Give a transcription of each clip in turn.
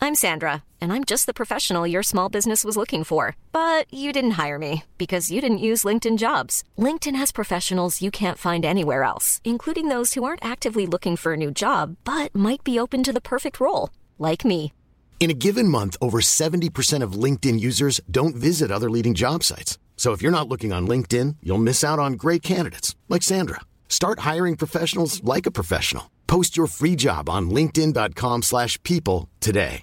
I'm Sandra, and I'm just the professional your small business was looking for. But you didn't hire me because you didn't use LinkedIn Jobs. LinkedIn has professionals you can't find anywhere else, including those who aren't actively looking for a new job, but might be open to the perfect role, like me. In a given month, over 70% of LinkedIn users don't visit other leading job sites. So if you're not looking on LinkedIn, you'll miss out on great candidates like Sandra. Start hiring professionals like a professional. Post your free job on linkedin.com/people today.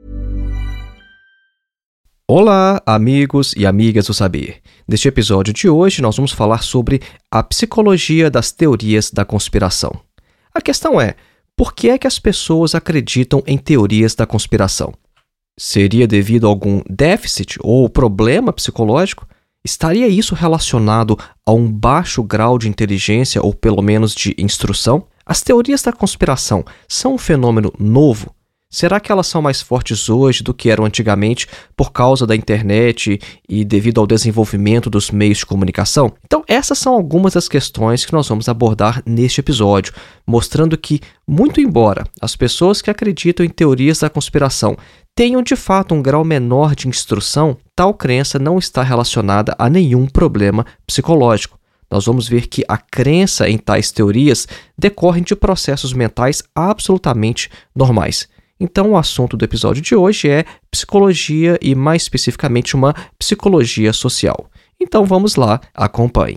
Olá, amigos e amigas do saber. Neste episódio de hoje, nós vamos falar sobre a psicologia das teorias da conspiração. A questão é, por que é que as pessoas acreditam em teorias da conspiração? Seria devido a algum déficit ou problema psicológico? Estaria isso relacionado a um baixo grau de inteligência ou pelo menos de instrução? As teorias da conspiração são um fenômeno novo? Será que elas são mais fortes hoje do que eram antigamente por causa da internet e devido ao desenvolvimento dos meios de comunicação? Então, essas são algumas das questões que nós vamos abordar neste episódio, mostrando que, muito embora as pessoas que acreditam em teorias da conspiração tenham de fato um grau menor de instrução, tal crença não está relacionada a nenhum problema psicológico. Nós vamos ver que a crença em tais teorias decorre de processos mentais absolutamente normais. Então, o assunto do episódio de hoje é psicologia e, mais especificamente, uma psicologia social. Então, vamos lá, acompanhem.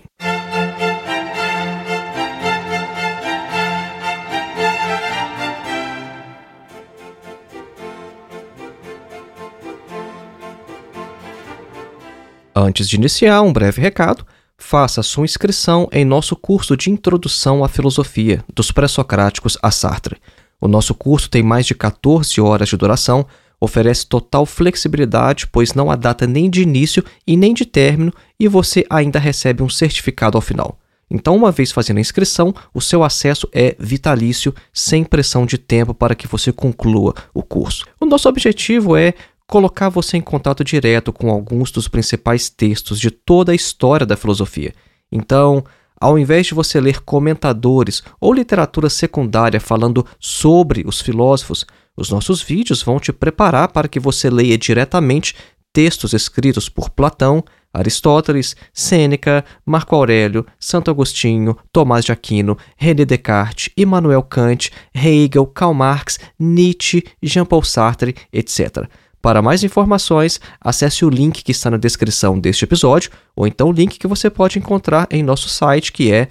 Antes de iniciar, um breve recado. Faça sua inscrição em nosso curso de Introdução à Filosofia, dos Pré-Socráticos a Sartre. O nosso curso tem mais de 14 horas de duração, oferece total flexibilidade, pois não há data nem de início e nem de término, e você ainda recebe um certificado ao final. Então, uma vez fazendo a inscrição, o seu acesso é vitalício, sem pressão de tempo para que você conclua o curso. O nosso objetivo é colocar você em contato direto com alguns dos principais textos de toda a história da filosofia. Então, ao invés de você ler comentadores ou literatura secundária falando sobre os filósofos, os nossos vídeos vão te preparar para que você leia diretamente textos escritos por Platão, Aristóteles, Sêneca, Marco Aurélio, Santo Agostinho, Tomás de Aquino, René Descartes, Immanuel Kant, Hegel, Karl Marx, Nietzsche, Jean-Paul Sartre, etc. Para mais informações, acesse o link que está na descrição deste episódio, ou então o link que você pode encontrar em nosso site, que é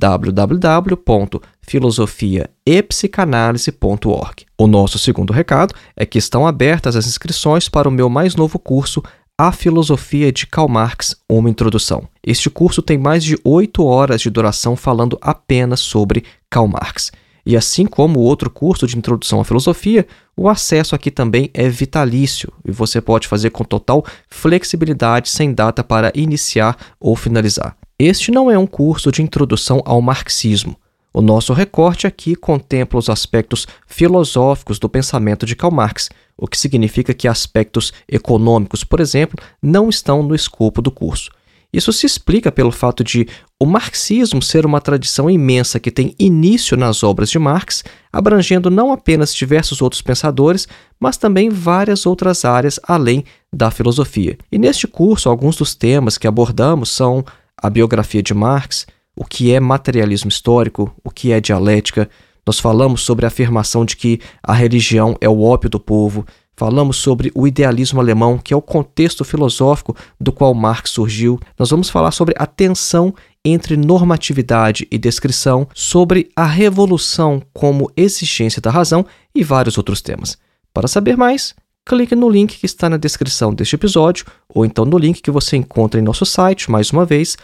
www.filosofiaepsicanalise.org. O nosso segundo recado é que estão abertas as inscrições para o meu mais novo curso, A Filosofia de Karl Marx, uma introdução. Este curso tem mais de 8 horas de duração falando apenas sobre Karl Marx. E assim como o outro curso de Introdução à Filosofia, o acesso aqui também é vitalício e você pode fazer com total flexibilidade sem data para iniciar ou finalizar. Este não é um curso de introdução ao marxismo. O nosso recorte aqui contempla os aspectos filosóficos do pensamento de Karl Marx, o que significa que aspectos econômicos, por exemplo, não estão no escopo do curso. Isso se explica pelo fato de o marxismo ser uma tradição imensa que tem início nas obras de Marx, abrangendo não apenas diversos outros pensadores, mas também várias outras áreas além da filosofia. E neste curso, alguns dos temas que abordamos são a biografia de Marx, o que é materialismo histórico, o que é dialética. Nós falamos sobre a afirmação de que a religião é o ópio do povo. Falamos sobre o idealismo alemão, que é o contexto filosófico do qual Marx surgiu. Nós vamos falar sobre a tensão entre normatividade e descrição, sobre a revolução como exigência da razão e vários outros temas. Para saber mais, clique no link que está na descrição deste episódio ou então no link que você encontra em nosso site, mais uma vez,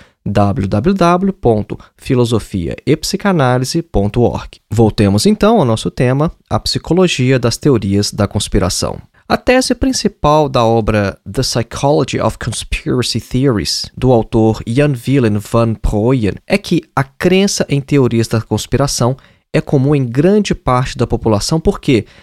www.filosofiaepsicanalise.org. Voltemos então ao nosso tema, a psicologia das teorias da conspiração. A tese principal da obra The Psychology of Conspiracy Theories, do autor Jan Willem van Prooijen, é que a crença em teorias da conspiração é comum em grande parte da população porque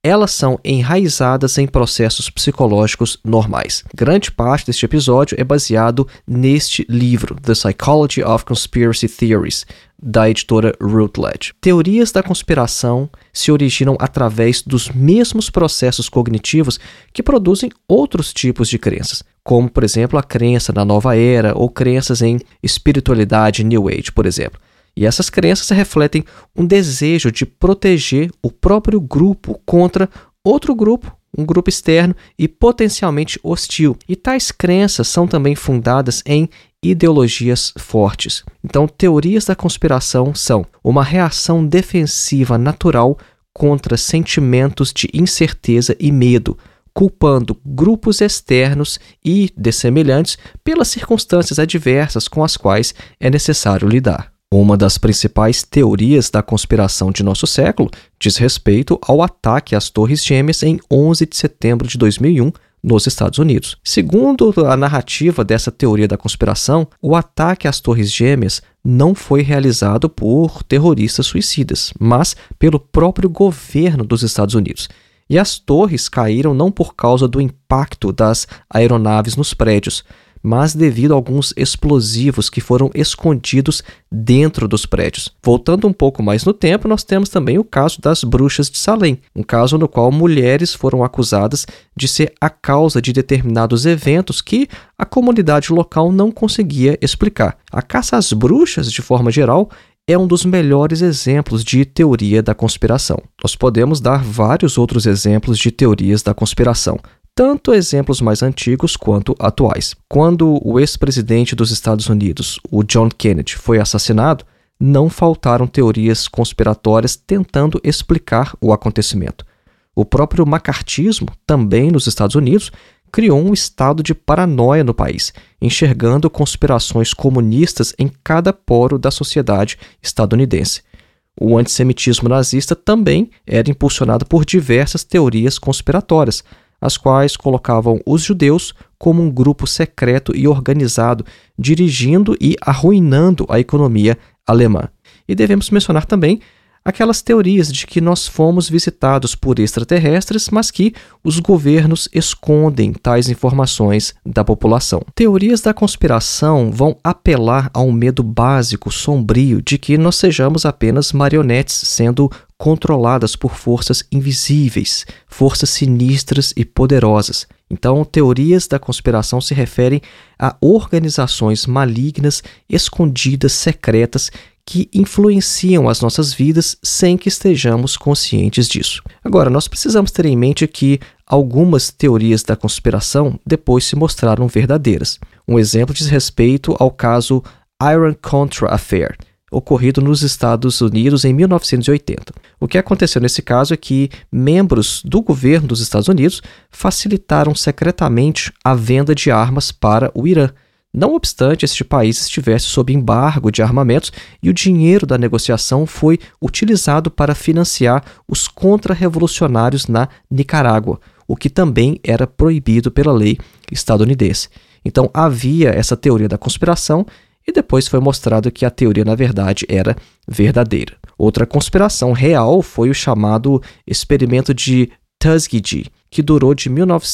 elas são enraizadas em processos psicológicos normais. Grande parte deste episódio é baseado neste livro, The Psychology of Conspiracy Theories, da editora Routledge. Teorias da conspiração se originam através dos mesmos processos cognitivos que produzem outros tipos de crenças, como, por exemplo, a crença na nova era ou crenças em espiritualidade New Age, por exemplo. E essas crenças refletem um desejo de proteger o próprio grupo contra outro grupo, um grupo externo e potencialmente hostil. E tais crenças são também fundadas em ideologias fortes. Então, teorias da conspiração são uma reação defensiva natural contra sentimentos de incerteza e medo, culpando grupos externos e dessemelhantes pelas circunstâncias adversas com as quais é necessário lidar. Uma das principais teorias da conspiração de nosso século diz respeito ao ataque às Torres Gêmeas em 11 de setembro de 2001, nos Estados Unidos. Segundo a narrativa dessa teoria da conspiração, o ataque às Torres Gêmeas não foi realizado por terroristas suicidas, mas pelo próprio governo dos Estados Unidos. E as torres caíram não por causa do impacto das aeronaves nos prédios, mas devido a alguns explosivos que foram escondidos dentro dos prédios. Voltando um pouco mais no tempo, nós temos também o caso das bruxas de Salem, um caso no qual mulheres foram acusadas de ser a causa de determinados eventos que a comunidade local não conseguia explicar. A caça às bruxas, de forma geral, é um dos melhores exemplos de teoria da conspiração. Nós podemos dar vários outros exemplos de teorias da conspiração, tanto exemplos mais antigos quanto atuais. Quando o ex-presidente dos Estados Unidos, o John Kennedy, foi assassinado, não faltaram teorias conspiratórias tentando explicar o acontecimento. O próprio macartismo, também nos Estados Unidos, criou um estado de paranoia no país, enxergando conspirações comunistas em cada poro da sociedade estadunidense. O antissemitismo nazista também era impulsionado por diversas teorias conspiratórias, as quais colocavam os judeus como um grupo secreto e organizado, dirigindo e arruinando a economia alemã. E devemos mencionar também aquelas teorias de que nós fomos visitados por extraterrestres, mas que os governos escondem tais informações da população. Teorias da conspiração vão apelar a um medo básico, sombrio, de que nós sejamos apenas marionetes sendo controladas por forças invisíveis, forças sinistras e poderosas. Então, teorias da conspiração se referem a organizações malignas, escondidas, secretas, que influenciam as nossas vidas sem que estejamos conscientes disso. Agora, nós precisamos ter em mente que algumas teorias da conspiração depois se mostraram verdadeiras. Um exemplo diz respeito ao caso Iran-Contra Affair, ocorrido nos Estados Unidos em 1980. O que aconteceu nesse caso é que membros do governo dos Estados Unidos facilitaram secretamente a venda de armas para o Irã. Não obstante este país estivesse sob embargo de armamentos e o dinheiro da negociação foi utilizado para financiar os contra-revolucionários na Nicarágua, o que também era proibido pela lei estadunidense. Então havia essa teoria da conspiração e depois foi mostrado que a teoria, na verdade, era verdadeira. Outra conspiração real foi o chamado experimento de Tuskegee, que durou de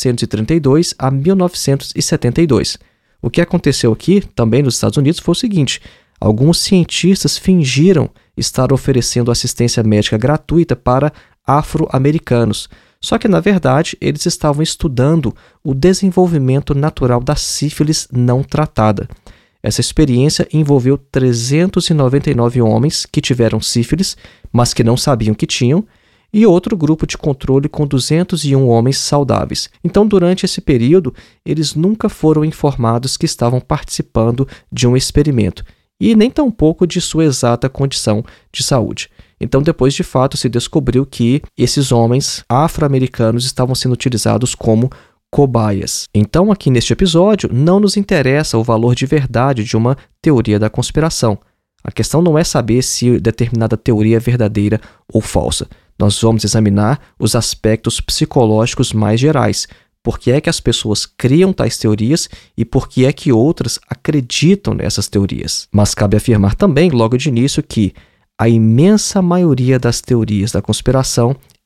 1932 a 1972. O que aconteceu aqui, também nos Estados Unidos, foi o seguinte: alguns cientistas fingiram estar oferecendo assistência médica gratuita para afro-americanos. Só que, na verdade, eles estavam estudando o desenvolvimento natural da sífilis não tratada. Essa experiência envolveu 399 homens que tiveram sífilis, mas que não sabiam que tinham, e outro grupo de controle com 201 homens saudáveis. Então, durante esse período, eles nunca foram informados que estavam participando de um experimento, e nem tampouco de sua exata condição de saúde. Então, depois de fato, se descobriu que esses homens afro-americanos estavam sendo utilizados como cobaias. Então, aqui neste episódio, não nos interessa o valor de verdade de uma teoria da conspiração. A questão não é saber se determinada teoria é verdadeira ou falsa. Nós vamos examinar os aspectos psicológicos mais gerais. Por que é que as pessoas criam tais teorias e por que é que outras acreditam nessas teorias? Mas cabe afirmar também, logo de início, que a imensa maioria das teorias da conspiração é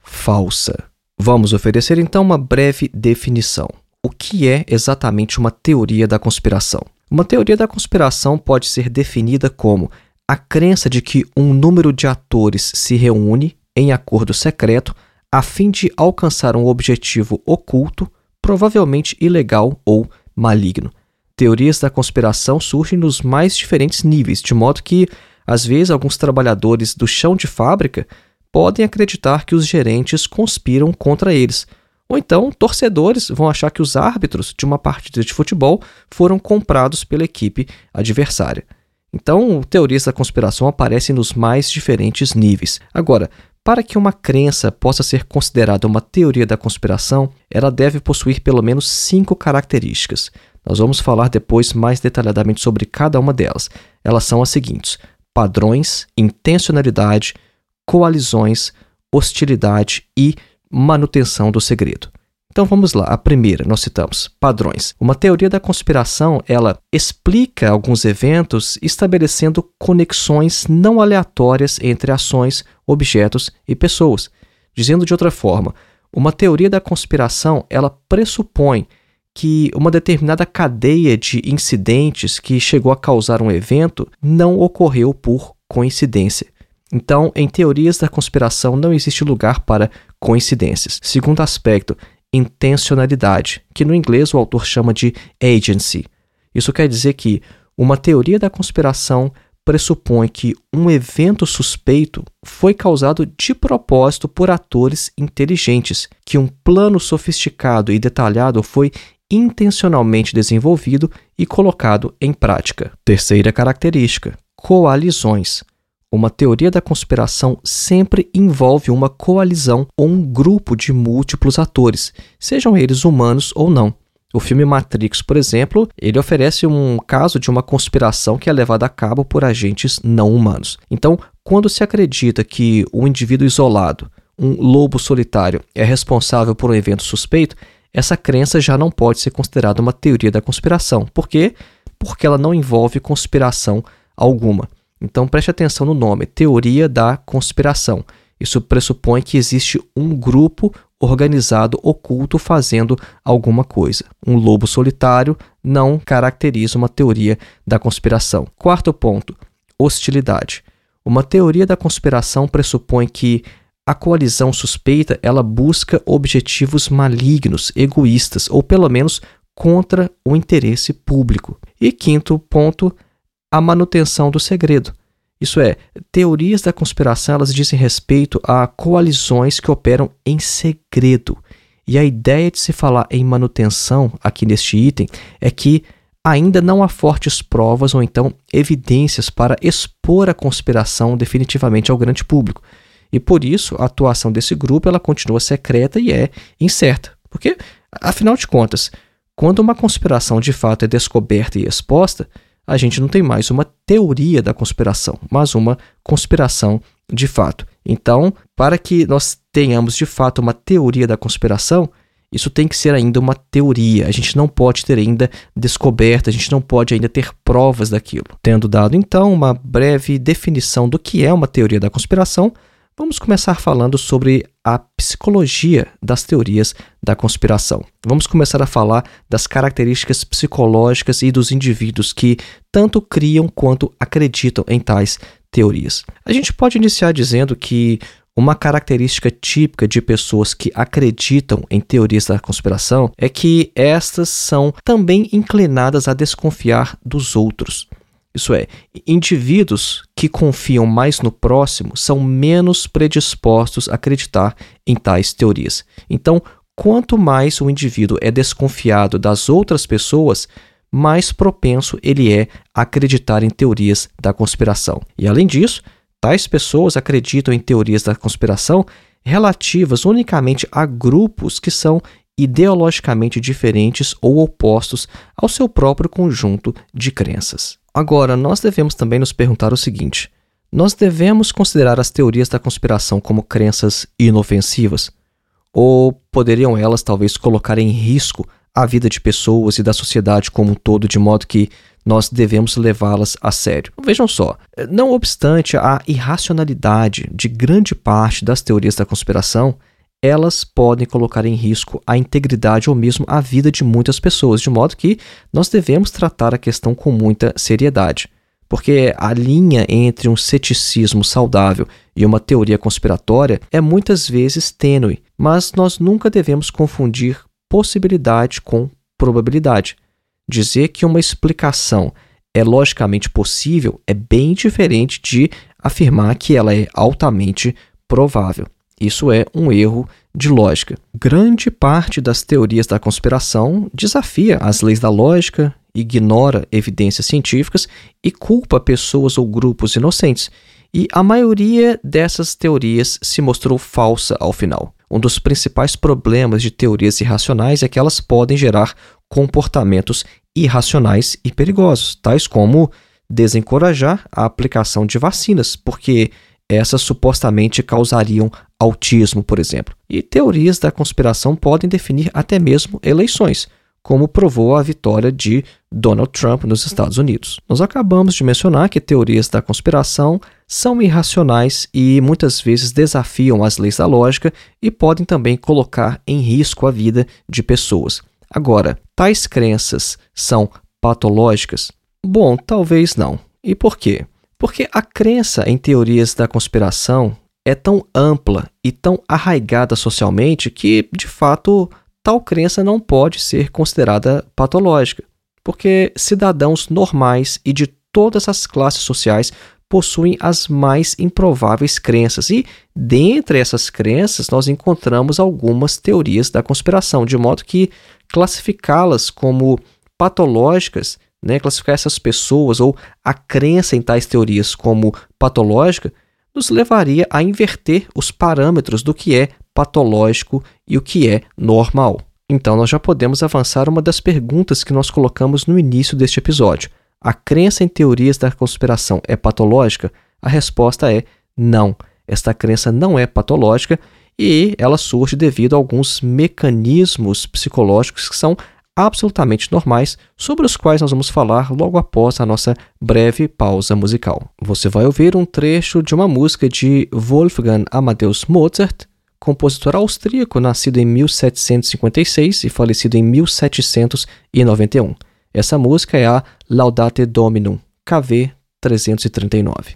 falsa. Vamos oferecer então uma breve definição. O que é exatamente uma teoria da conspiração? Uma teoria da conspiração pode ser definida como a crença de que um número de atores se reúne em acordo secreto a fim de alcançar um objetivo oculto, provavelmente ilegal ou maligno. Teorias da conspiração surgem nos mais diferentes níveis, de modo que, às vezes, alguns trabalhadores do chão de fábrica podem acreditar que os gerentes conspiram contra eles. Ou então, torcedores vão achar que os árbitros de uma partida de futebol foram comprados pela equipe adversária. Então, teorias da conspiração aparecem nos mais diferentes níveis. Agora, para que uma crença possa ser considerada uma teoria da conspiração, ela deve possuir pelo menos 5 características. Nós vamos falar depois mais detalhadamente sobre cada uma delas. Elas são as seguintes: padrões, intencionalidade, coalizões, hostilidade e manutenção do segredo. Então vamos lá. A primeira, nós citamos padrões. Uma teoria da conspiração, ela explica alguns eventos estabelecendo conexões não aleatórias entre ações, objetos e pessoas. Dizendo de outra forma, uma teoria da conspiração, ela pressupõe que uma determinada cadeia de incidentes que chegou a causar um evento não ocorreu por coincidência. Então, em teorias da conspiração não existe lugar para coincidências. Segundo aspecto, intencionalidade, que no inglês o autor chama de agency. Isso quer dizer que uma teoria da conspiração pressupõe que um evento suspeito foi causado de propósito por atores inteligentes, que um plano sofisticado e detalhado foi intencionalmente desenvolvido e colocado em prática. Terceira característica, coalizões. Uma teoria da conspiração sempre envolve uma coalizão ou um grupo de múltiplos atores, sejam eles humanos ou não. O filme Matrix, por exemplo, ele oferece um caso de uma conspiração que é levada a cabo por agentes não humanos. Então, quando se acredita que um indivíduo isolado, um lobo solitário, é responsável por um evento suspeito, essa crença já não pode ser considerada uma teoria da conspiração. Por quê? Porque ela não envolve conspiração alguma. Então preste atenção no nome, teoria da conspiração. Isso pressupõe que existe um grupo organizado oculto fazendo alguma coisa. Um lobo solitário não caracteriza uma teoria da conspiração. Quarto ponto, hostilidade. Uma teoria da conspiração pressupõe que a coalizão suspeita ela busca objetivos malignos, egoístas ou pelo menos contra o interesse público. E quinto ponto, a manutenção do segredo. Isso é, teorias da conspiração elas dizem respeito a coalizões que operam em segredo. E a ideia de se falar em manutenção aqui neste item é que ainda não há fortes provas ou então evidências para expor a conspiração definitivamente ao grande público. E por isso a atuação desse grupo ela continua secreta e é incerta. Porque, afinal de contas, quando uma conspiração de fato é descoberta e exposta, a gente não tem mais uma teoria da conspiração, mas uma conspiração de fato. Então, para que nós tenhamos de fato uma teoria da conspiração, isso tem que ser ainda uma teoria. A gente não pode ter ainda descoberta, a gente não pode ainda ter provas daquilo. Tendo dado então uma breve definição do que é uma teoria da conspiração, vamos começar falando sobre a psicologia das teorias da conspiração. Vamos começar a falar das características psicológicas e dos indivíduos que tanto criam quanto acreditam em tais teorias. A gente pode iniciar dizendo que uma característica típica de pessoas que acreditam em teorias da conspiração é que estas são também inclinadas a desconfiar dos outros. Isso é, indivíduos que confiam mais no próximo são menos predispostos a acreditar em tais teorias. Então, quanto mais o indivíduo é desconfiado das outras pessoas, mais propenso ele é a acreditar em teorias da conspiração. E além disso, tais pessoas acreditam em teorias da conspiração relativas unicamente a grupos que são ideologicamente diferentes ou opostos ao seu próprio conjunto de crenças. Agora, nós devemos também nos perguntar o seguinte: nós devemos considerar as teorias da conspiração como crenças inofensivas? Ou poderiam elas talvez colocar em risco a vida de pessoas e da sociedade como um todo, de modo que nós devemos levá-las a sério? Vejam só, não obstante a irracionalidade de grande parte das teorias da conspiração, elas podem colocar em risco a integridade ou mesmo a vida de muitas pessoas, de modo que nós devemos tratar a questão com muita seriedade. Porque a linha entre um ceticismo saudável e uma teoria conspiratória é muitas vezes tênue, mas nós nunca devemos confundir possibilidade com probabilidade. Dizer que uma explicação é logicamente possível é bem diferente de afirmar que ela é altamente provável. Isso é um erro de lógica. Grande parte das teorias da conspiração desafia as leis da lógica, ignora evidências científicas e culpa pessoas ou grupos inocentes. E a maioria dessas teorias se mostrou falsa ao final. Um dos principais problemas de teorias irracionais é que elas podem gerar comportamentos irracionais e perigosos, tais como desencorajar a aplicação de vacinas, porque essas supostamente causariam autismo, por exemplo. E teorias da conspiração podem definir até mesmo eleições, como provou a vitória de Donald Trump nos Estados Unidos. Nós acabamos de mencionar que teorias da conspiração são irracionais e muitas vezes desafiam as leis da lógica e podem também colocar em risco a vida de pessoas. Agora, tais crenças são patológicas? Bom, talvez não. E por quê? Porque a crença em teorias da conspiração é tão ampla e tão arraigada socialmente que, de fato, tal crença não pode ser considerada patológica, porque cidadãos normais e de todas as classes sociais possuem as mais improváveis crenças e, dentre essas crenças, nós encontramos algumas teorias da conspiração, de modo que classificá-las como patológicas, classificar essas pessoas ou a crença em tais teorias como patológica, nos levaria a inverter os parâmetros do que é patológico e o que é normal. Então, nós já podemos avançar uma das perguntas que nós colocamos no início deste episódio. A crença em teorias da conspiração é patológica? A resposta é não. Esta crença não é patológica e ela surge devido a alguns mecanismos psicológicos que são absolutamente normais, sobre os quais nós vamos falar logo após a nossa breve pausa musical. Você vai ouvir um trecho de uma música de Wolfgang Amadeus Mozart, compositor austríaco nascido em 1756 e falecido em 1791. Essa música é a Laudate Dominum, KV 339.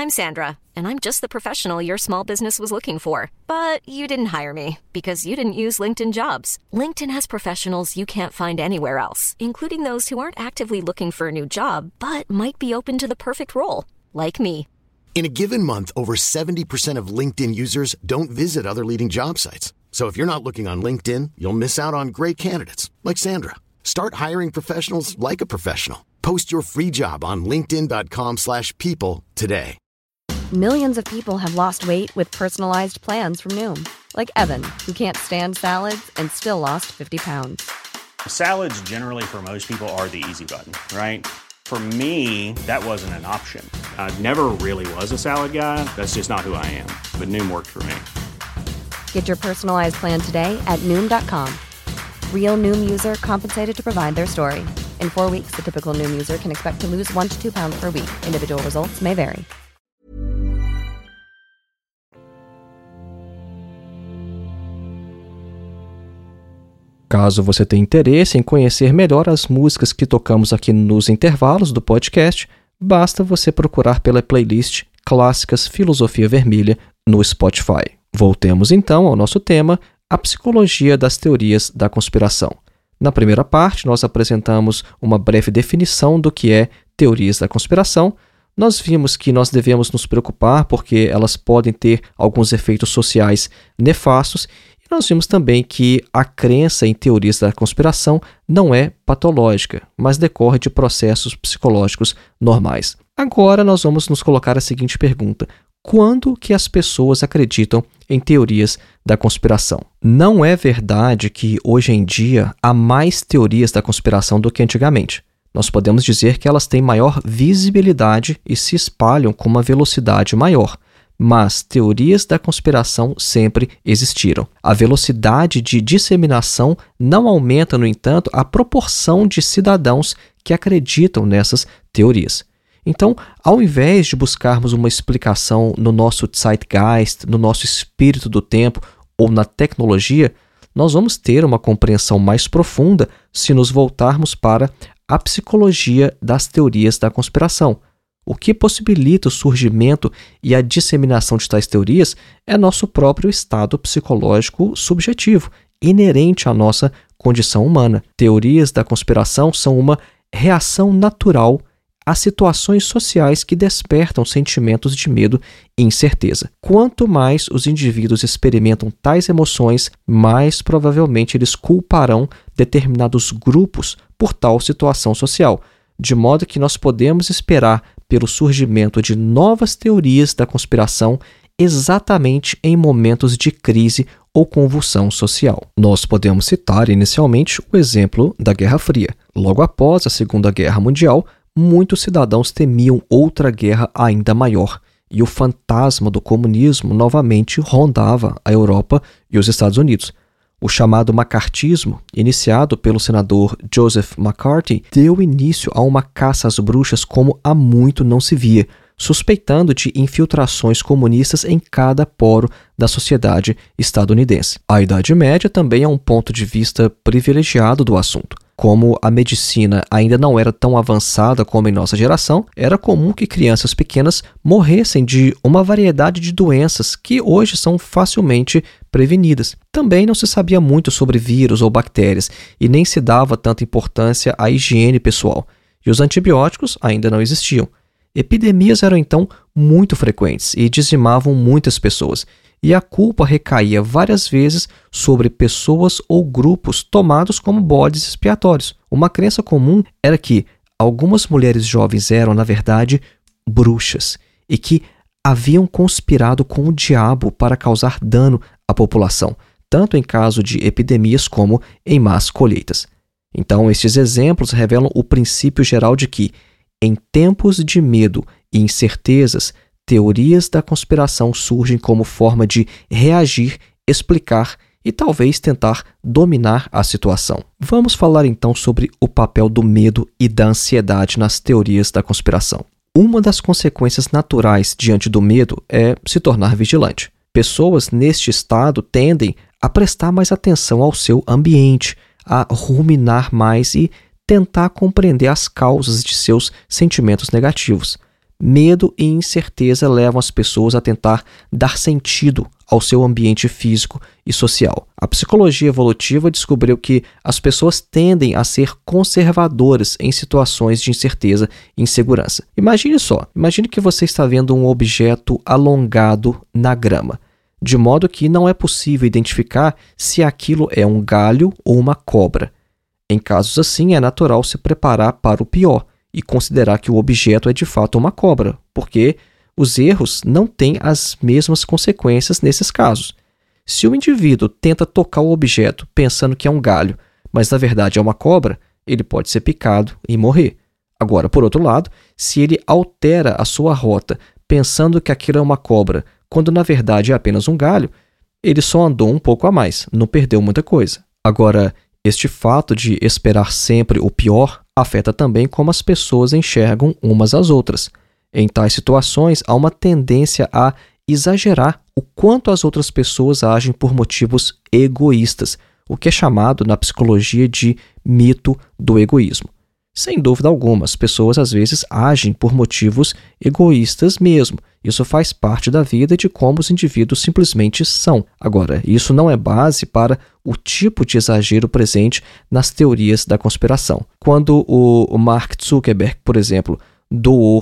I'm Sandra, and I'm just the professional your small business was looking for. But you didn't hire me because you didn't use LinkedIn Jobs. LinkedIn has professionals you can't find anywhere else, including those who aren't actively looking for a new job, but might be open to the perfect role, like me. In a given month, over 70% of LinkedIn users don't visit other leading job sites. So if you're not looking on LinkedIn, you'll miss out on great candidates like Sandra. Start hiring professionals like a professional. Post your free job on linkedin.com/people today. Millions of people have lost weight with personalized plans from Noom. Like Evan, who can't stand salads and still lost 50 pounds. Salads generally for most people are the easy button, right? For me, that wasn't an option. I never really was a salad guy. That's just not who I am. But Noom worked for me. Get your personalized plan today at Noom.com. Real Noom user compensated to provide their story. In 4 weeks, the typical Noom user can expect to lose 1 to 2 pounds per week. Individual results may vary. Caso você tenha interesse em conhecer melhor as músicas que tocamos aqui nos intervalos do podcast, basta você procurar pela playlist Clássicas Filosofia Vermelha no Spotify. Voltemos então ao nosso tema, a psicologia das teorias da conspiração. Na primeira parte, nós apresentamos uma breve definição do que é teorias da conspiração. Nós vimos que nós devemos nos preocupar porque elas podem ter alguns efeitos sociais nefastos. E nós vimos também que a crença em teorias da conspiração não é patológica, mas decorre de processos psicológicos normais. Agora nós vamos nos colocar a seguinte pergunta: quando que as pessoas acreditam em teorias da conspiração? Não é verdade que hoje em dia há mais teorias da conspiração do que antigamente. Nós podemos dizer que elas têm maior visibilidade e se espalham com uma velocidade maior. Mas teorias da conspiração sempre existiram. A velocidade de disseminação não aumenta, no entanto, a proporção de cidadãos que acreditam nessas teorias. Então, ao invés de buscarmos uma explicação no nosso zeitgeist, no nosso espírito do tempo ou na tecnologia, nós vamos ter uma compreensão mais profunda se nos voltarmos para a psicologia das teorias da conspiração. O que possibilita o surgimento e a disseminação de tais teorias é nosso próprio estado psicológico subjetivo, inerente à nossa condição humana. Teorias da conspiração são uma reação natural a situações sociais que despertam sentimentos de medo e incerteza. Quanto mais os indivíduos experimentam tais emoções, mais provavelmente eles culparão determinados grupos por tal situação social, de modo que nós podemos esperar pelo surgimento de novas teorias da conspiração exatamente em momentos de crise ou convulsão social. Nós podemos citar inicialmente o exemplo da Guerra Fria. Logo após a Segunda Guerra Mundial, muitos cidadãos temiam outra guerra ainda maior, e o fantasma do comunismo novamente rondava a Europa e os Estados Unidos. O chamado macartismo, iniciado pelo senador Joseph McCarthy, deu início a uma caça às bruxas como há muito não se via, suspeitando de infiltrações comunistas em cada poro da sociedade estadunidense. A Idade Média também é um ponto de vista privilegiado do assunto. Como a medicina ainda não era tão avançada como em nossa geração, era comum que crianças pequenas morressem de uma variedade de doenças que hoje são facilmente prevenidas. Também não se sabia muito sobre vírus ou bactérias e nem se dava tanta importância à higiene pessoal. E os antibióticos ainda não existiam. Epidemias eram então muito frequentes e dizimavam muitas pessoas. E a culpa recaía várias vezes sobre pessoas ou grupos tomados como bodes expiatórios. Uma crença comum era que algumas mulheres jovens eram, na verdade, bruxas e que haviam conspirado com o diabo para causar dano à população, tanto em caso de epidemias como em más colheitas. Então, estes exemplos revelam o princípio geral de que, em tempos de medo e incertezas, teorias da conspiração surgem como forma de reagir, explicar e talvez tentar dominar a situação. Vamos falar então sobre o papel do medo e da ansiedade nas teorias da conspiração. Uma das consequências naturais diante do medo é se tornar vigilante. Pessoas neste estado tendem a prestar mais atenção ao seu ambiente, a ruminar mais e tentar compreender as causas de seus sentimentos negativos. Medo e incerteza levam as pessoas a tentar dar sentido ao seu ambiente físico e social. A psicologia evolutiva descobriu que as pessoas tendem a ser conservadoras em situações de incerteza e insegurança. Imagine que você está vendo um objeto alongado na grama, de modo que não é possível identificar se aquilo é um galho ou uma cobra. Em casos assim, é natural se preparar para o pior e considerar que o objeto é de fato uma cobra, porque os erros não têm as mesmas consequências nesses casos. Se o indivíduo tenta tocar o objeto pensando que é um galho, mas na verdade é uma cobra, ele pode ser picado e morrer. Agora, por outro lado, se ele altera a sua rota pensando que aquilo é uma cobra, quando na verdade é apenas um galho, ele só andou um pouco a mais, não perdeu muita coisa. Agora, este fato de esperar sempre o pior afeta também como as pessoas enxergam umas às outras. Em tais situações, há uma tendência a exagerar o quanto as outras pessoas agem por motivos egoístas, o que é chamado na psicologia de mito do egoísmo. Sem dúvida alguma, as pessoas às vezes agem por motivos egoístas mesmo. Isso faz parte da vida e de como os indivíduos simplesmente são. Agora, isso não é base para o tipo de exagero presente nas teorias da conspiração. Quando o Mark Zuckerberg, por exemplo, doou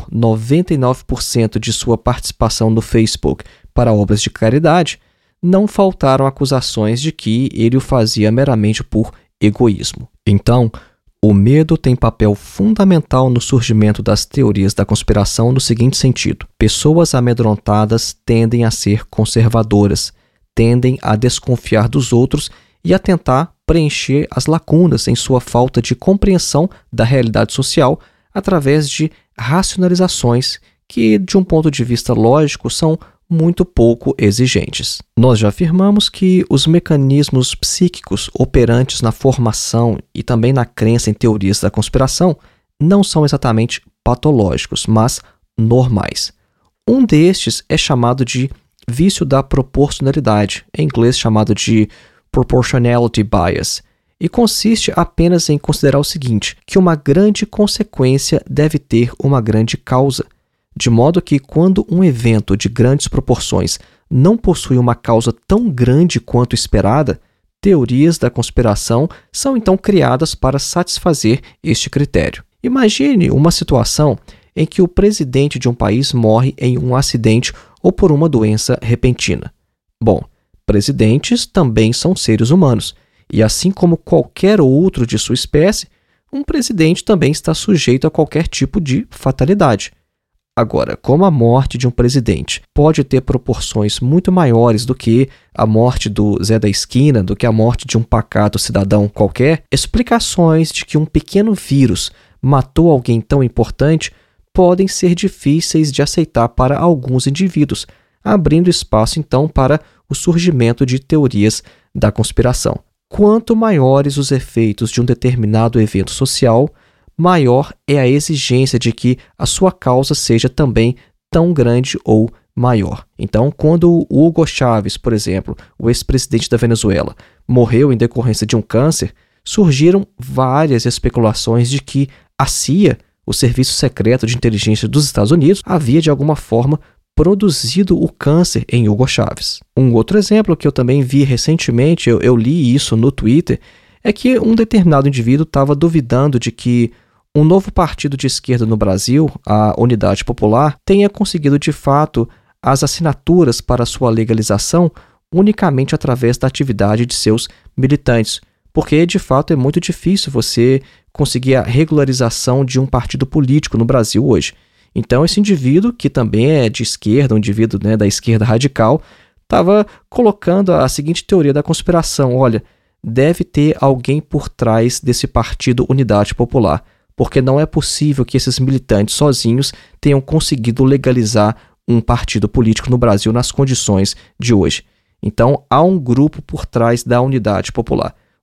99% de sua participação no Facebook para obras de caridade, não faltaram acusações de que ele o fazia meramente por egoísmo. Então, o medo tem papel fundamental no surgimento das teorias da conspiração no seguinte sentido: pessoas amedrontadas tendem a ser conservadoras, tendem a desconfiar dos outros e a tentar preencher as lacunas em sua falta de compreensão da realidade social através de racionalizações que, de um ponto de vista lógico, são muito pouco exigentes. Nós já afirmamos que os mecanismos psíquicos operantes na formação e também na crença em teorias da conspiração não são exatamente patológicos, mas normais. Um destes é chamado de vício da proporcionalidade, em inglês chamado de proportionality bias, e consiste apenas em considerar o seguinte, que uma grande consequência deve ter uma grande causa, de modo que quando um evento de grandes proporções não possui uma causa tão grande quanto esperada, teorias da conspiração são então criadas para satisfazer este critério. Imagine uma situação em que o presidente de um país morre em um acidente ou por uma doença repentina. Bom, presidentes também são seres humanos, e assim como qualquer outro de sua espécie, um presidente também está sujeito a qualquer tipo de fatalidade. Agora, como a morte de um presidente pode ter proporções muito maiores do que a morte do Zé da Esquina, do que a morte de um pacato cidadão qualquer, explicações de que um pequeno vírus matou alguém tão importante podem ser difíceis de aceitar para alguns indivíduos, abrindo espaço então para o surgimento de teorias da conspiração. Quanto maiores os efeitos de um determinado evento social, maior é a exigência de que a sua causa seja também tão grande ou maior. Então, quando o Hugo Chávez, por exemplo, o ex-presidente da Venezuela, morreu em decorrência de um câncer, surgiram várias especulações de que a CIA, o Serviço Secreto de Inteligência dos Estados Unidos, havia de alguma forma produzido o câncer em Hugo Chávez. Um outro exemplo que eu também vi recentemente, eu li isso no Twitter, é que um determinado indivíduo estava duvidando de que um novo partido de esquerda no Brasil, a Unidade Popular, tenha conseguido de fato as assinaturas para sua legalização unicamente através da atividade de seus militantes, porque de fato é muito difícil você conseguir a regularização de um partido político no Brasil hoje. Então esse indivíduo, que também é de esquerda, um indivíduo da esquerda radical, estava colocando a seguinte teoria da conspiração: olha, deve ter alguém por trás desse partido Unidade Popular, porque não é possível que esses militantes sozinhos tenham conseguido legalizar um partido político no Brasil nas condições de hoje. Então, há um grupo por trás da Unidade Popular.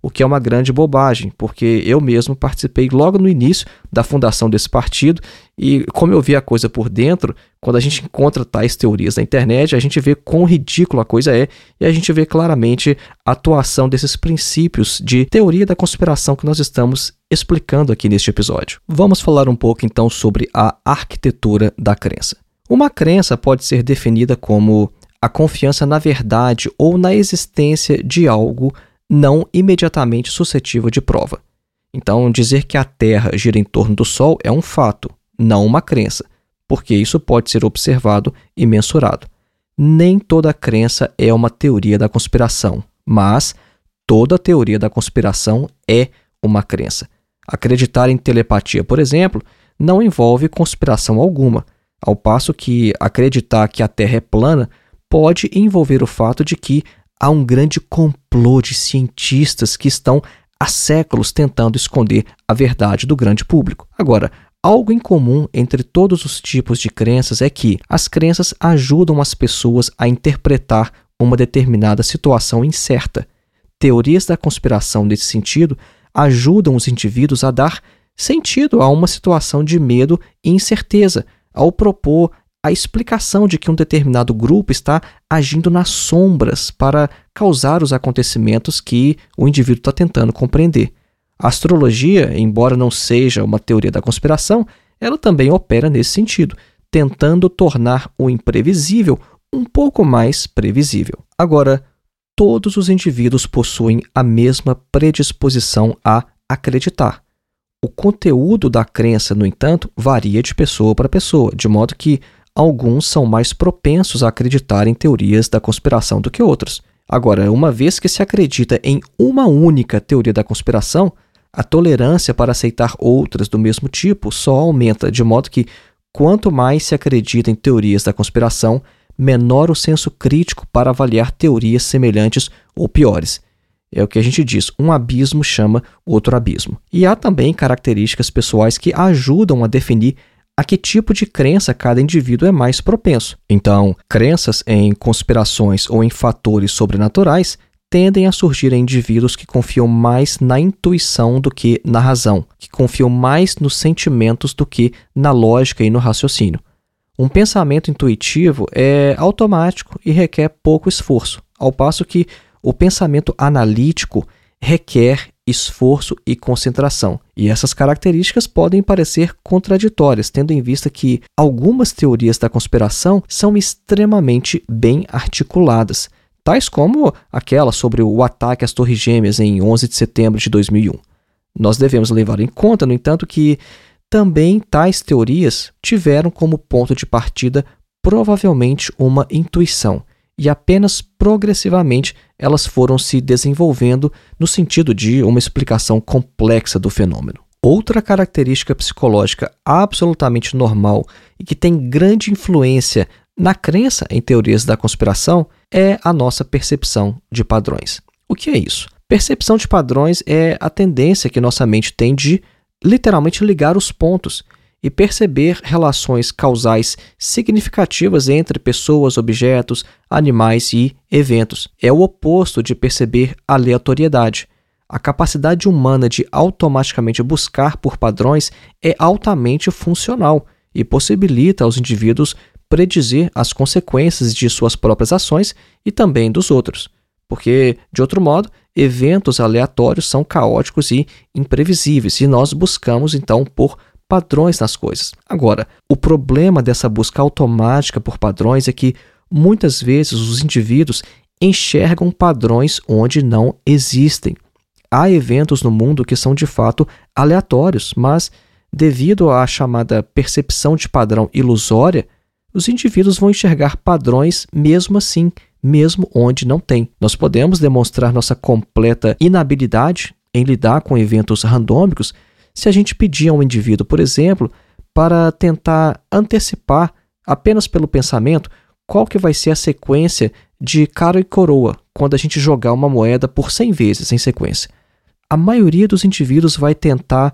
o que é uma grande bobagem, porque eu mesmo participei logo no início da fundação desse partido e, como eu vi a coisa por dentro, quando a gente encontra tais teorias na internet, a gente vê quão ridícula a coisa é e a gente vê claramente a atuação desses princípios de teoria da conspiração que nós estamos explicando aqui neste episódio. Vamos falar um pouco então sobre a arquitetura da crença. Uma crença pode ser definida como a confiança na verdade ou na existência de algo não imediatamente suscetível de prova. Então, dizer que a Terra gira em torno do Sol é um fato, não uma crença, porque isso pode ser observado e mensurado. Nem toda crença é uma teoria da conspiração, mas toda teoria da conspiração é uma crença. Acreditar em telepatia, por exemplo, não envolve conspiração alguma, ao passo que acreditar que a Terra é plana pode envolver o fato de que há um grande complô de cientistas que estão há séculos tentando esconder a verdade do grande público. Agora, algo em comum entre todos os tipos de crenças é que as crenças ajudam as pessoas a interpretar uma determinada situação incerta. Teorias da conspiração nesse sentido ajudam os indivíduos a dar sentido a uma situação de medo e incerteza, ao propor a explicação de que um determinado grupo está agindo nas sombras para causar os acontecimentos que o indivíduo está tentando compreender. A astrologia, embora não seja uma teoria da conspiração, ela também opera nesse sentido, tentando tornar o imprevisível um pouco mais previsível. Agora, todos os indivíduos possuem a mesma predisposição a acreditar. O conteúdo da crença, no entanto, varia de pessoa para pessoa, de modo que alguns são mais propensos a acreditar em teorias da conspiração do que outros. Agora, uma vez que se acredita em uma única teoria da conspiração, a tolerância para aceitar outras do mesmo tipo só aumenta, de modo que, quanto mais se acredita em teorias da conspiração, menor o senso crítico para avaliar teorias semelhantes ou piores. É o que a gente diz, um abismo chama outro abismo. E há também características pessoais que ajudam a definir a que tipo de crença cada indivíduo é mais propenso. Então, crenças em conspirações ou em fatores sobrenaturais tendem a surgir em indivíduos que confiam mais na intuição do que na razão, que confiam mais nos sentimentos do que na lógica e no raciocínio. Um pensamento intuitivo é automático e requer pouco esforço, ao passo que o pensamento analítico requer esforço e concentração. E essas características podem parecer contraditórias, tendo em vista que algumas teorias da conspiração são extremamente bem articuladas, tais como aquela sobre o ataque às Torres Gêmeas em 11 de setembro de 2001. Nós devemos levar em conta, no entanto, que também tais teorias tiveram como ponto de partida provavelmente uma intuição, e apenas progressivamente elas foram se desenvolvendo no sentido de uma explicação complexa do fenômeno. Outra característica psicológica absolutamente normal e que tem grande influência na crença em teorias da conspiração é a nossa percepção de padrões. O que é isso? Percepção de padrões é a tendência que nossa mente tem de literalmente ligar os pontos e perceber relações causais significativas entre pessoas, objetos, animais e eventos. É o oposto de perceber aleatoriedade. A capacidade humana de automaticamente buscar por padrões é altamente funcional e possibilita aos indivíduos predizer as consequências de suas próprias ações e também dos outros. Porque, de outro modo, eventos aleatórios são caóticos e imprevisíveis e nós buscamos, então, por padrões nas coisas. Agora, o problema dessa busca automática por padrões é que, muitas vezes, os indivíduos enxergam padrões onde não existem. Há eventos no mundo que são, de fato, aleatórios, mas, devido à chamada percepção de padrão ilusória, os indivíduos vão enxergar padrões mesmo assim, mesmo onde não tem. Nós podemos demonstrar nossa completa inabilidade em lidar com eventos randômicos se a gente pedir a um indivíduo, por exemplo, para tentar antecipar, apenas pelo pensamento, qual que vai ser a sequência de cara e coroa quando a gente jogar uma moeda por 100 vezes em sequência. A maioria dos indivíduos vai tentar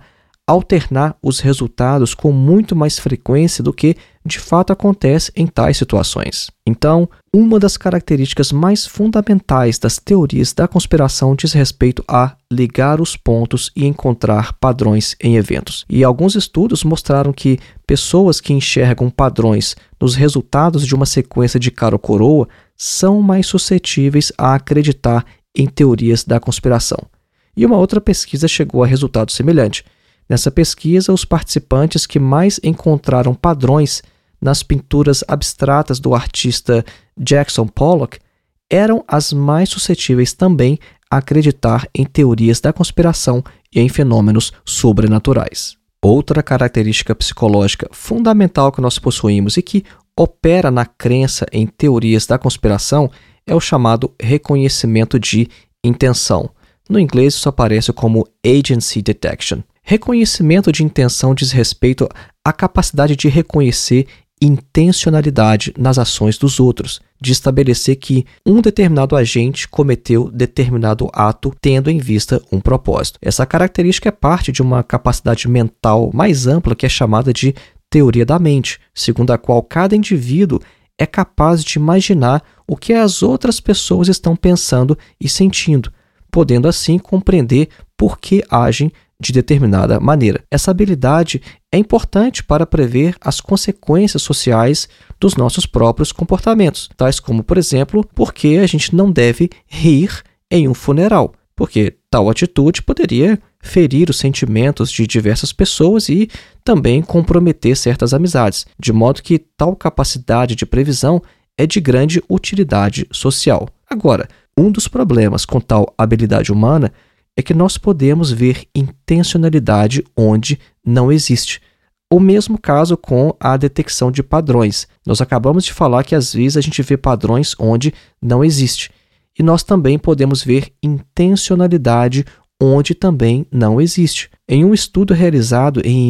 alternar os resultados com muito mais frequência do que de fato acontece em tais situações. Então, uma das características mais fundamentais das teorias da conspiração diz respeito a ligar os pontos e encontrar padrões em eventos. E alguns estudos mostraram que pessoas que enxergam padrões nos resultados de uma sequência de cara ou coroa são mais suscetíveis a acreditar em teorias da conspiração. E uma outra pesquisa chegou a resultado semelhante. Nessa pesquisa, os participantes que mais encontraram padrões nas pinturas abstratas do artista Jackson Pollock eram as mais suscetíveis também a acreditar em teorias da conspiração e em fenômenos sobrenaturais. Outra característica psicológica fundamental que nós possuímos e que opera na crença em teorias da conspiração é o chamado reconhecimento de intenção. No inglês, isso aparece como agency detection. Reconhecimento de intenção diz respeito à capacidade de reconhecer intencionalidade nas ações dos outros, de estabelecer que um determinado agente cometeu determinado ato tendo em vista um propósito. Essa característica é parte de uma capacidade mental mais ampla que é chamada de teoria da mente, segundo a qual cada indivíduo é capaz de imaginar o que as outras pessoas estão pensando e sentindo, podendo assim compreender por que agem de determinada maneira. Essa habilidade é importante para prever as consequências sociais dos nossos próprios comportamentos, tais como, por exemplo, por que a gente não deve rir em um funeral, porque tal atitude poderia ferir os sentimentos de diversas pessoas e também comprometer certas amizades, de modo que tal capacidade de previsão é de grande utilidade social. Agora, um dos problemas com tal habilidade humana é que nós podemos ver intencionalidade onde não existe. O mesmo caso com a detecção de padrões. Nós acabamos de falar que às vezes a gente vê padrões onde não existe. E nós também podemos ver intencionalidade onde também não existe. Em um estudo realizado em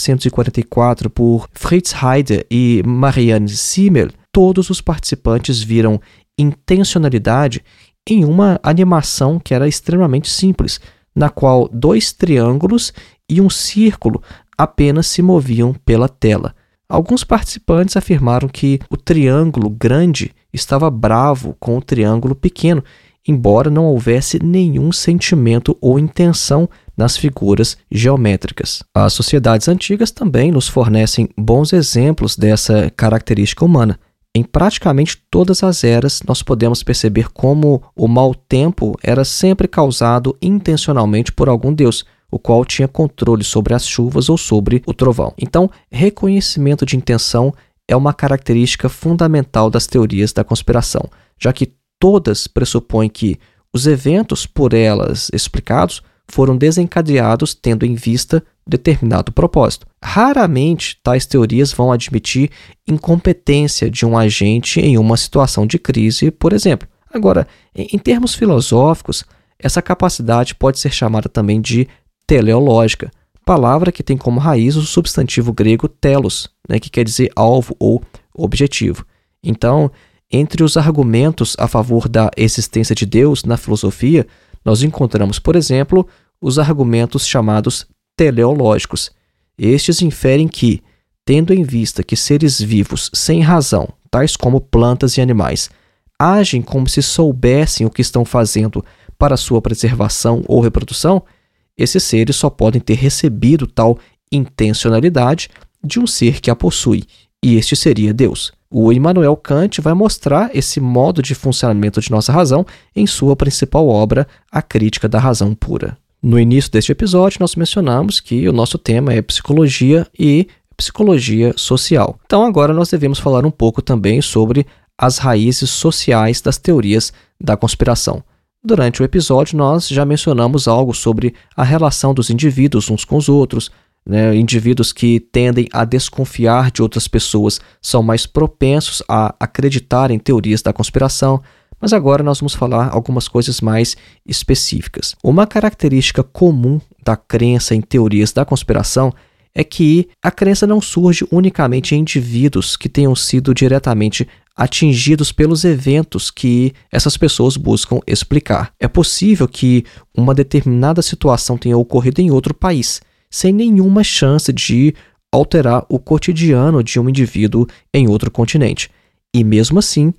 1944 por Fritz Heider e Marianne Simmel, todos os participantes viram intencionalidade em uma animação que era extremamente simples, na qual 2 triângulos e um círculo apenas se moviam pela tela. Alguns participantes afirmaram que o triângulo grande estava bravo com o triângulo pequeno, embora não houvesse nenhum sentimento ou intenção nas figuras geométricas. As sociedades antigas também nos fornecem bons exemplos dessa característica humana. Em praticamente todas as eras, nós podemos perceber como o mau tempo era sempre causado intencionalmente por algum deus, o qual tinha controle sobre as chuvas ou sobre o trovão. Então, reconhecimento de intenção é uma característica fundamental das teorias da conspiração, já que todas pressupõem que os eventos por elas explicados foram desencadeados tendo em vista determinado propósito. Raramente, tais teorias vão admitir incompetência de um agente em uma situação de crise, por exemplo. Agora, em termos filosóficos, essa capacidade pode ser chamada também de teleológica, palavra que tem como raiz o substantivo grego telos, que quer dizer alvo ou objetivo. Então, entre os argumentos a favor da existência de Deus na filosofia, nós encontramos, por exemplo, os argumentos chamados teleológicos. Estes inferem que, tendo em vista que seres vivos sem razão, tais como plantas e animais, agem como se soubessem o que estão fazendo para sua preservação ou reprodução, esses seres só podem ter recebido tal intencionalidade de um ser que a possui, e este seria Deus. O Immanuel Kant vai mostrar esse modo de funcionamento de nossa razão em sua principal obra, A Crítica da Razão Pura. No início deste episódio, nós mencionamos que o nosso tema é psicologia e psicologia social. Então, agora nós devemos falar um pouco também sobre as raízes sociais das teorias da conspiração. Durante o episódio, nós já mencionamos algo sobre a relação dos indivíduos uns com os outros, indivíduos que tendem a desconfiar de outras pessoas são mais propensos a acreditar em teorias da conspiração, mas agora nós vamos falar algumas coisas mais específicas. Uma característica comum da crença em teorias da conspiração é que a crença não surge unicamente em indivíduos que tenham sido diretamente atingidos pelos eventos que essas pessoas buscam explicar. É possível que uma determinada situação tenha ocorrido em outro país, sem nenhuma chance de alterar o cotidiano de um indivíduo em outro continente. E mesmo assim,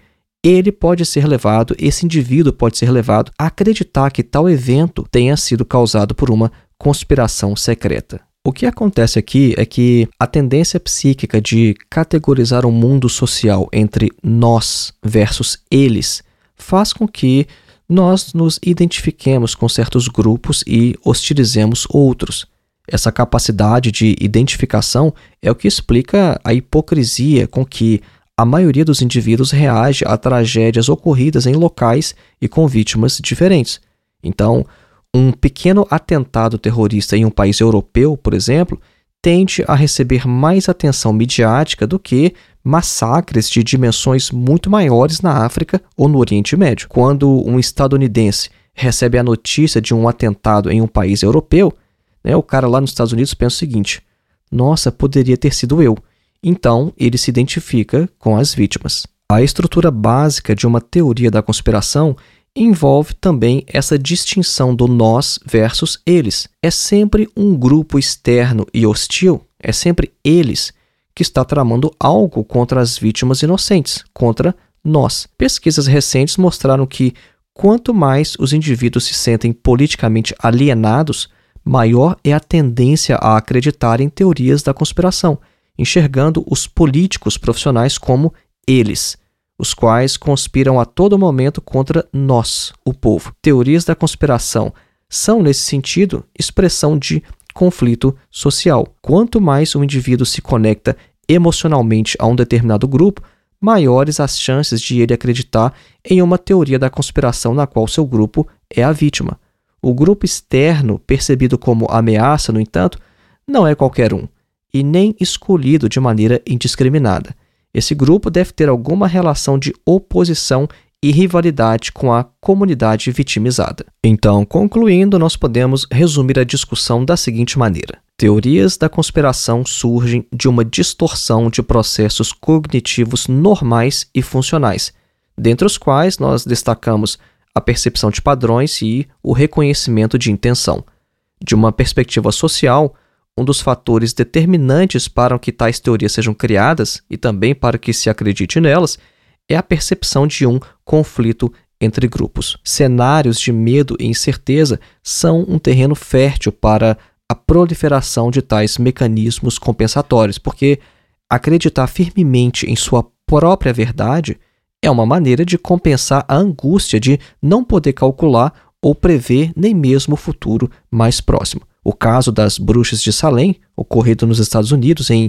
esse indivíduo pode ser levado a acreditar que tal evento tenha sido causado por uma conspiração secreta. O que acontece aqui é que a tendência psíquica de categorizar o mundo social entre nós versus eles faz com que nós nos identifiquemos com certos grupos e hostilizemos outros. Essa capacidade de identificação é o que explica a hipocrisia com que a maioria dos indivíduos reage a tragédias ocorridas em locais e com vítimas diferentes. Então, um pequeno atentado terrorista em um país europeu, por exemplo, tende a receber mais atenção midiática do que massacres de dimensões muito maiores na África ou no Oriente Médio. Quando um estadunidense recebe a notícia de um atentado em um país europeu, o cara lá nos Estados Unidos pensa o seguinte: nossa, poderia ter sido eu. Então, ele se identifica com as vítimas. A estrutura básica de uma teoria da conspiração envolve também essa distinção do nós versus eles. É sempre um grupo externo e hostil, é sempre eles que está tramando algo contra as vítimas inocentes, contra nós. Pesquisas recentes mostraram que quanto mais os indivíduos se sentem politicamente alienados, maior é a tendência a acreditar em teorias da conspiração, enxergando os políticos profissionais como eles, os quais conspiram a todo momento contra nós, o povo. Teorias da conspiração são, nesse sentido, expressão de conflito social. Quanto mais o indivíduo se conecta emocionalmente a um determinado grupo, maiores as chances de ele acreditar em uma teoria da conspiração na qual seu grupo é a vítima. O grupo externo, percebido como ameaça, no entanto, não é qualquer um, e nem escolhido de maneira indiscriminada. Esse grupo deve ter alguma relação de oposição e rivalidade com a comunidade vitimizada. Então, concluindo, nós podemos resumir a discussão da seguinte maneira: teorias da conspiração surgem de uma distorção de processos cognitivos normais e funcionais, dentre os quais nós destacamos a percepção de padrões e o reconhecimento de intenção. De uma perspectiva social, um dos fatores determinantes para que tais teorias sejam criadas e também para que se acredite nelas é a percepção de um conflito entre grupos. Cenários de medo e incerteza são um terreno fértil para a proliferação de tais mecanismos compensatórios, porque acreditar firmemente em sua própria verdade é uma maneira de compensar a angústia de não poder calcular ou prever nem mesmo o futuro mais próximo. O caso das bruxas de Salem, ocorrido nos Estados Unidos em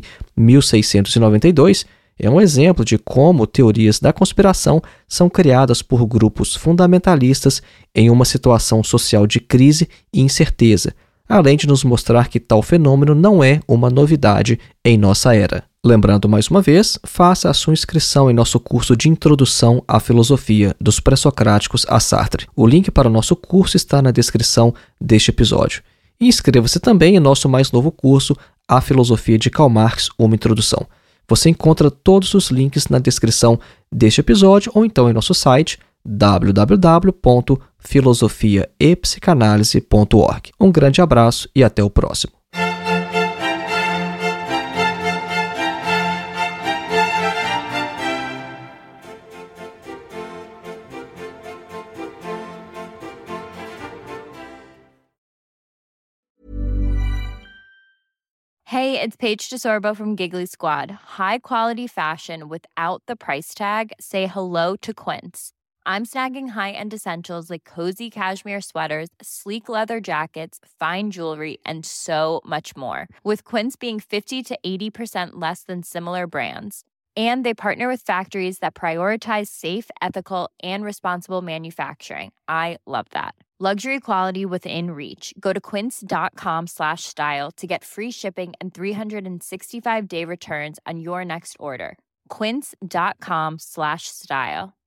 1692, é um exemplo de como teorias da conspiração são criadas por grupos fundamentalistas em uma situação social de crise e incerteza, além de nos mostrar que tal fenômeno não é uma novidade em nossa era. Lembrando mais uma vez, faça a sua inscrição em nosso curso de Introdução à Filosofia dos Pré-Socráticos a Sartre. O link para o nosso curso está na descrição deste episódio. E inscreva-se também em nosso mais novo curso, A Filosofia de Karl Marx, uma Introdução. Você encontra todos os links na descrição deste episódio ou então em nosso site www.filosofiaepsicanalise.org. Um grande abraço e até o próximo. Hey, it's Paige DeSorbo from Giggly Squad. High quality fashion without the price tag. Say hello to Quince. I'm snagging high-end essentials like cozy cashmere sweaters, sleek leather jackets, fine jewelry, and so much more. With Quince being 50 to 80% less than similar brands. And they partner with factories that prioritize safe, ethical, and responsible manufacturing. I love that. Luxury quality within reach. Go to quince.com/style to get free shipping and 365-day returns on your next order. Quince.com/style.